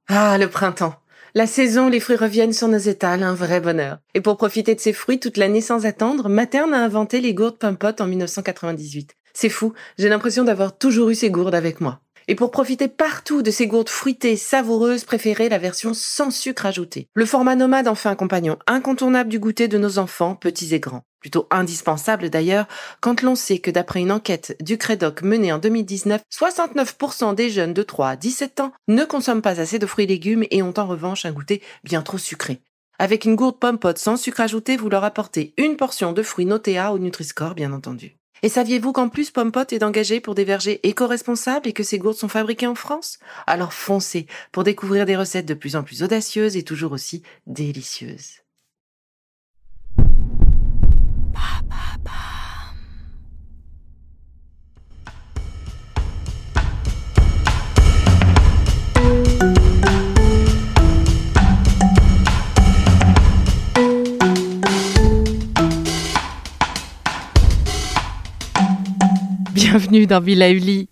Ah, le printemps. La saison où les fruits reviennent sur nos étals, un vrai bonheur. Et pour profiter de ces fruits toute l'année sans attendre, Materne a inventé les gourdes Pump-Pot en 1998. C'est fou, j'ai l'impression d'avoir toujours eu ces gourdes avec moi. Et pour profiter partout de ces gourdes fruitées, savoureuses, préférez la version sans sucre ajouté. Le format nomade en fait un compagnon incontournable du goûter de nos enfants, petits et grands. Plutôt indispensable d'ailleurs, quand l'on sait que d'après une enquête du Crédoc menée en 2019, 69% des jeunes de 3 à 17 ans ne consomment pas assez de fruits et légumes et ont en revanche un goûter bien trop sucré. Avec une gourde Pump-Pot sans sucre ajouté, vous leur apportez une portion de fruits notés A au Nutri-Score, bien entendu. Et saviez-vous qu'en plus Pump-Pot est engagé pour des vergers éco-responsables et que ces gourdes sont fabriquées en France? Alors foncez pour découvrir des recettes de plus en plus audacieuses et toujours aussi délicieuses. Bienvenue dans Villa Uli.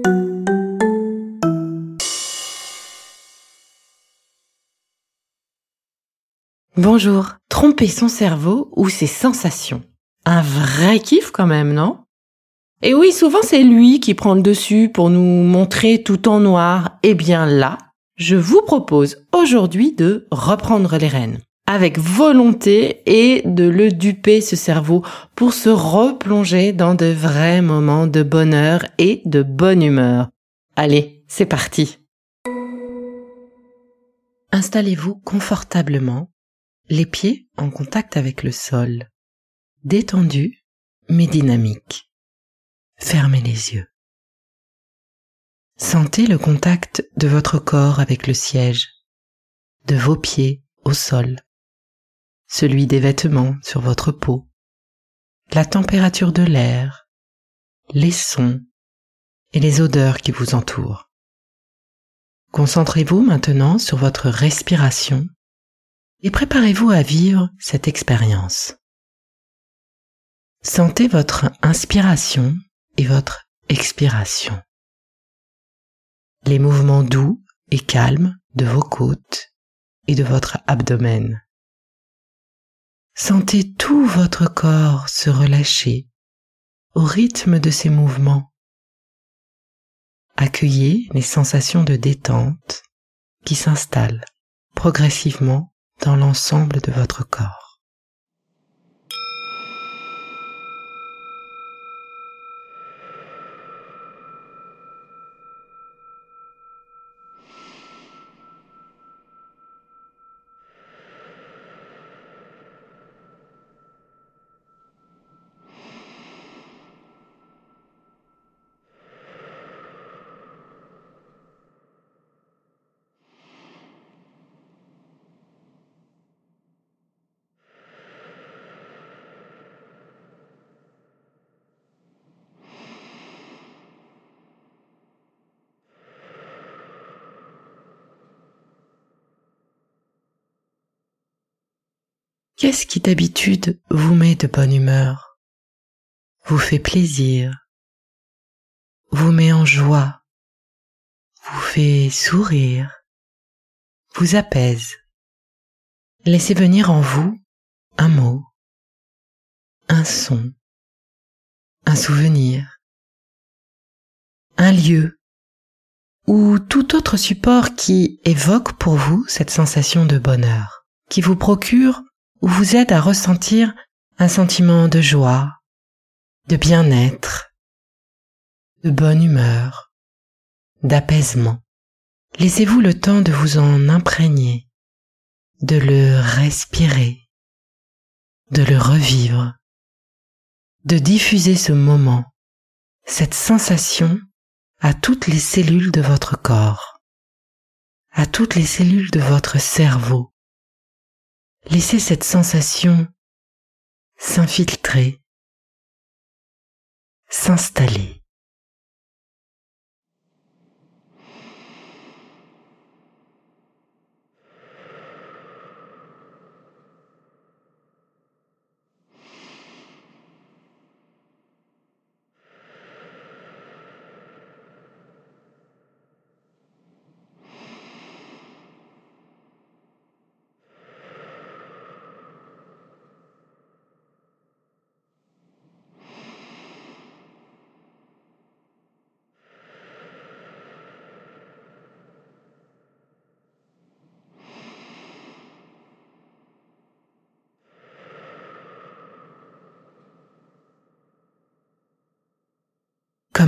Bonjour. Tromper son cerveau ou ses sensations. Un vrai kiff quand même, non? Et oui, souvent c'est lui qui prend le dessus pour nous montrer tout en noir. Eh bien là, je vous propose aujourd'hui de reprendre les rênes. Avec volonté et de le duper ce cerveau pour se replonger dans de vrais moments de bonheur et de bonne humeur. Allez, c'est parti. Installez-vous confortablement, les pieds en contact avec le sol, détendu mais dynamique. Fermez les yeux. Sentez le contact de votre corps avec le siège, de vos pieds au sol, celui des vêtements sur votre peau, la température de l'air, les sons et les odeurs qui vous entourent. Concentrez-vous maintenant sur votre respiration et préparez-vous à vivre cette expérience. Sentez votre inspiration et votre expiration. Les mouvements doux et calmes de vos côtes et de votre abdomen. Sentez tout votre corps se relâcher au rythme de ces mouvements. Accueillez les sensations de détente qui s'installent progressivement dans l'ensemble de votre corps. Qu'est-ce qui d'habitude vous met de bonne humeur, vous fait plaisir, vous met en joie, vous fait sourire, vous apaise? Laissez venir en vous un mot, un son, un souvenir, un lieu ou tout autre support qui évoque pour vous cette sensation de bonheur, qui vous procure ou vous aide à ressentir un sentiment de joie, de bien-être, de bonne humeur, d'apaisement. Laissez-vous le temps de vous en imprégner, de le respirer, de le revivre, de diffuser ce moment, cette sensation à toutes les cellules de votre corps, à toutes les cellules de votre cerveau. Laissez cette sensation s'infiltrer, s'installer.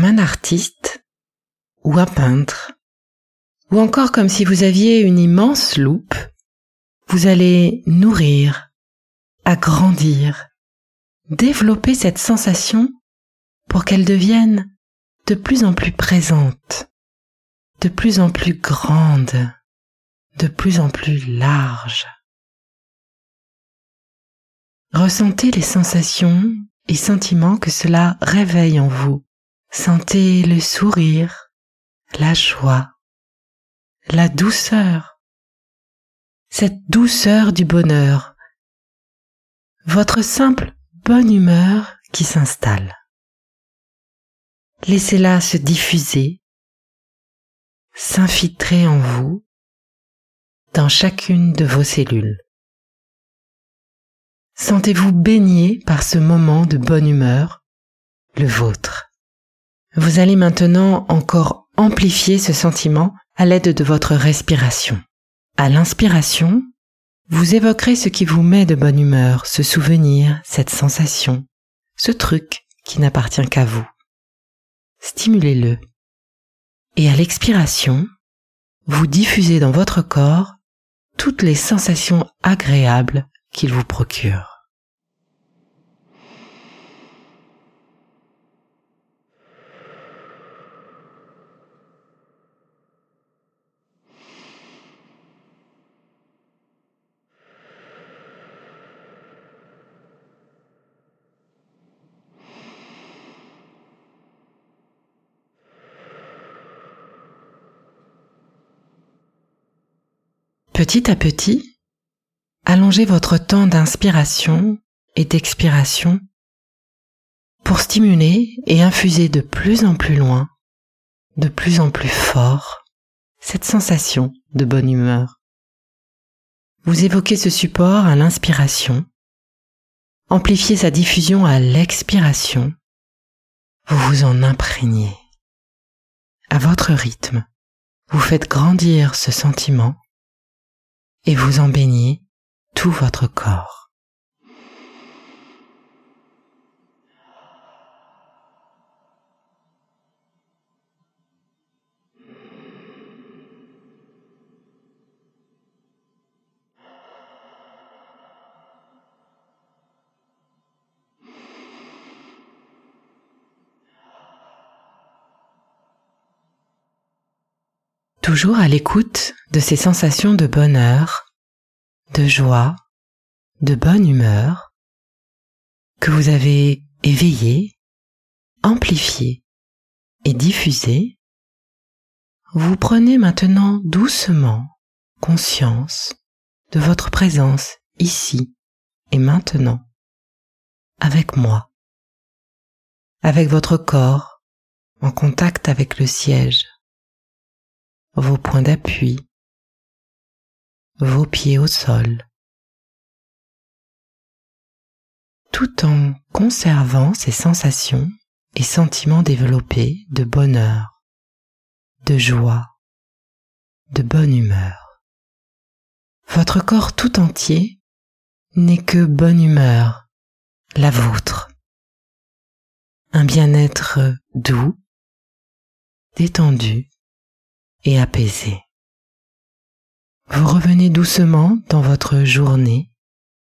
comme un artiste ou un peintre, ou encore comme si vous aviez une immense loupe, vous allez nourrir, agrandir, développer cette sensation pour qu'elle devienne de plus en plus présente, de plus en plus grande, de plus en plus large. Ressentez les sensations et sentiments que cela réveille en vous. Sentez le sourire, la joie, la douceur, cette douceur du bonheur, votre simple bonne humeur qui s'installe. Laissez-la se diffuser, s'infiltrer en vous, dans chacune de vos cellules. Sentez-vous baigné par ce moment de bonne humeur, le vôtre. Vous allez maintenant encore amplifier ce sentiment à l'aide de votre respiration. À l'inspiration, vous évoquerez ce qui vous met de bonne humeur, ce souvenir, cette sensation, ce truc qui n'appartient qu'à vous. Stimulez-le. Et à l'expiration, vous diffusez dans votre corps toutes les sensations agréables qu'il vous procure. Petit à petit, allongez votre temps d'inspiration et d'expiration pour stimuler et infuser de plus en plus loin, de plus en plus fort, cette sensation de bonne humeur. Vous évoquez ce support à l'inspiration, amplifiez sa diffusion à l'expiration, vous vous en imprégnez. À votre rythme, vous faites grandir ce sentiment et vous en baignez tout votre corps. Toujours à l'écoute de ces sensations de bonheur, de joie, de bonne humeur que vous avez éveillées, amplifiées et diffusées, vous prenez maintenant doucement conscience de votre présence ici et maintenant, avec moi, avec votre corps en contact avec le siège, vos points d'appui, vos pieds au sol, tout en conservant ces sensations et sentiments développés de bonheur, de joie, de bonne humeur. Votre corps tout entier n'est que bonne humeur, la vôtre. Un bien-être doux, détendu et apaisé. Vous revenez doucement dans votre journée.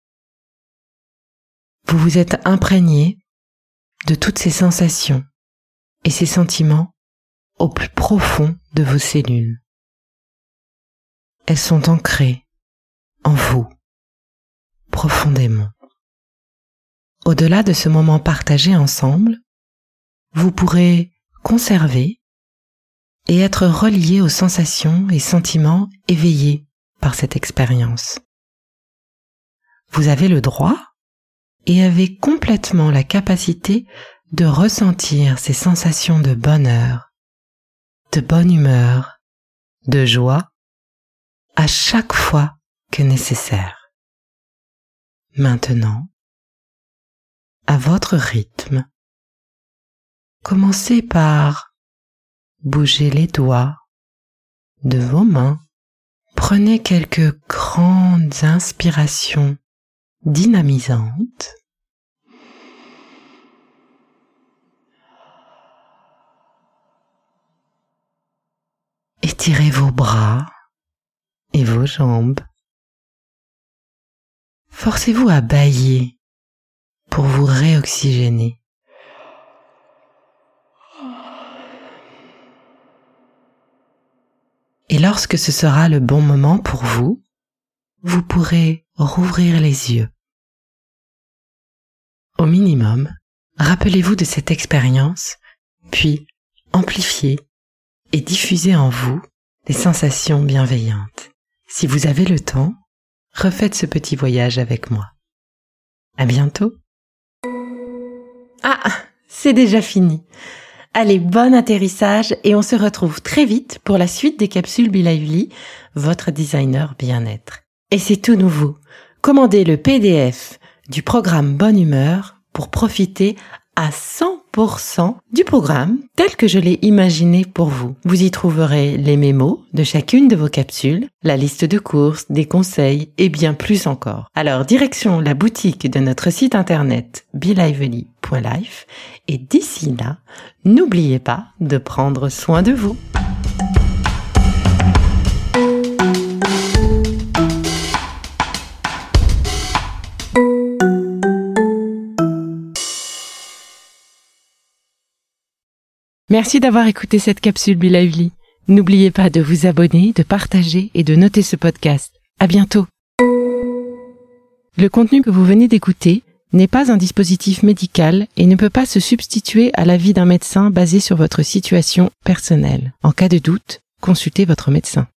Vous vous êtes imprégné de toutes ces sensations et ces sentiments au plus profond de vos cellules. Elles sont ancrées en vous, profondément. Au-delà de ce moment partagé ensemble, vous pourrez conserver et être relié aux sensations et sentiments éveillés par cette expérience. Vous avez le droit et avez complètement la capacité de ressentir ces sensations de bonheur, de bonne humeur, de joie, à chaque fois que nécessaire. Maintenant, à votre rythme, commencez par bouger les doigts de vos mains. Prenez quelques grandes inspirations dynamisantes. Étirez vos bras et vos jambes. Forcez-vous à bâiller pour vous réoxygéner. Et lorsque ce sera le bon moment pour vous, vous pourrez rouvrir les yeux. Au minimum, rappelez-vous de cette expérience, puis amplifiez et diffusez en vous des sensations bienveillantes. Si vous avez le temps, refaites ce petit voyage avec moi. À bientôt. Ah, c'est déjà fini. Allez, bon atterrissage et on se retrouve très vite pour la suite des capsules Be Lively, votre designer bien-être. Et c'est tout nouveau. Commandez le PDF du programme Bonne Humeur pour profiter à 100% du programme tel que je l'ai imaginé pour vous. Vous y trouverez les mémos de chacune de vos capsules, la liste de courses, des conseils et bien plus encore. Alors, direction la boutique de notre site internet belively.life et d'ici là, n'oubliez pas de prendre soin de vous. Merci d'avoir écouté cette capsule Be Lively. N'oubliez pas de vous abonner, de partager et de noter ce podcast. À bientôt. Le contenu que vous venez d'écouter n'est pas un dispositif médical et ne peut pas se substituer à l'avis d'un médecin basé sur votre situation personnelle. En cas de doute, consultez votre médecin.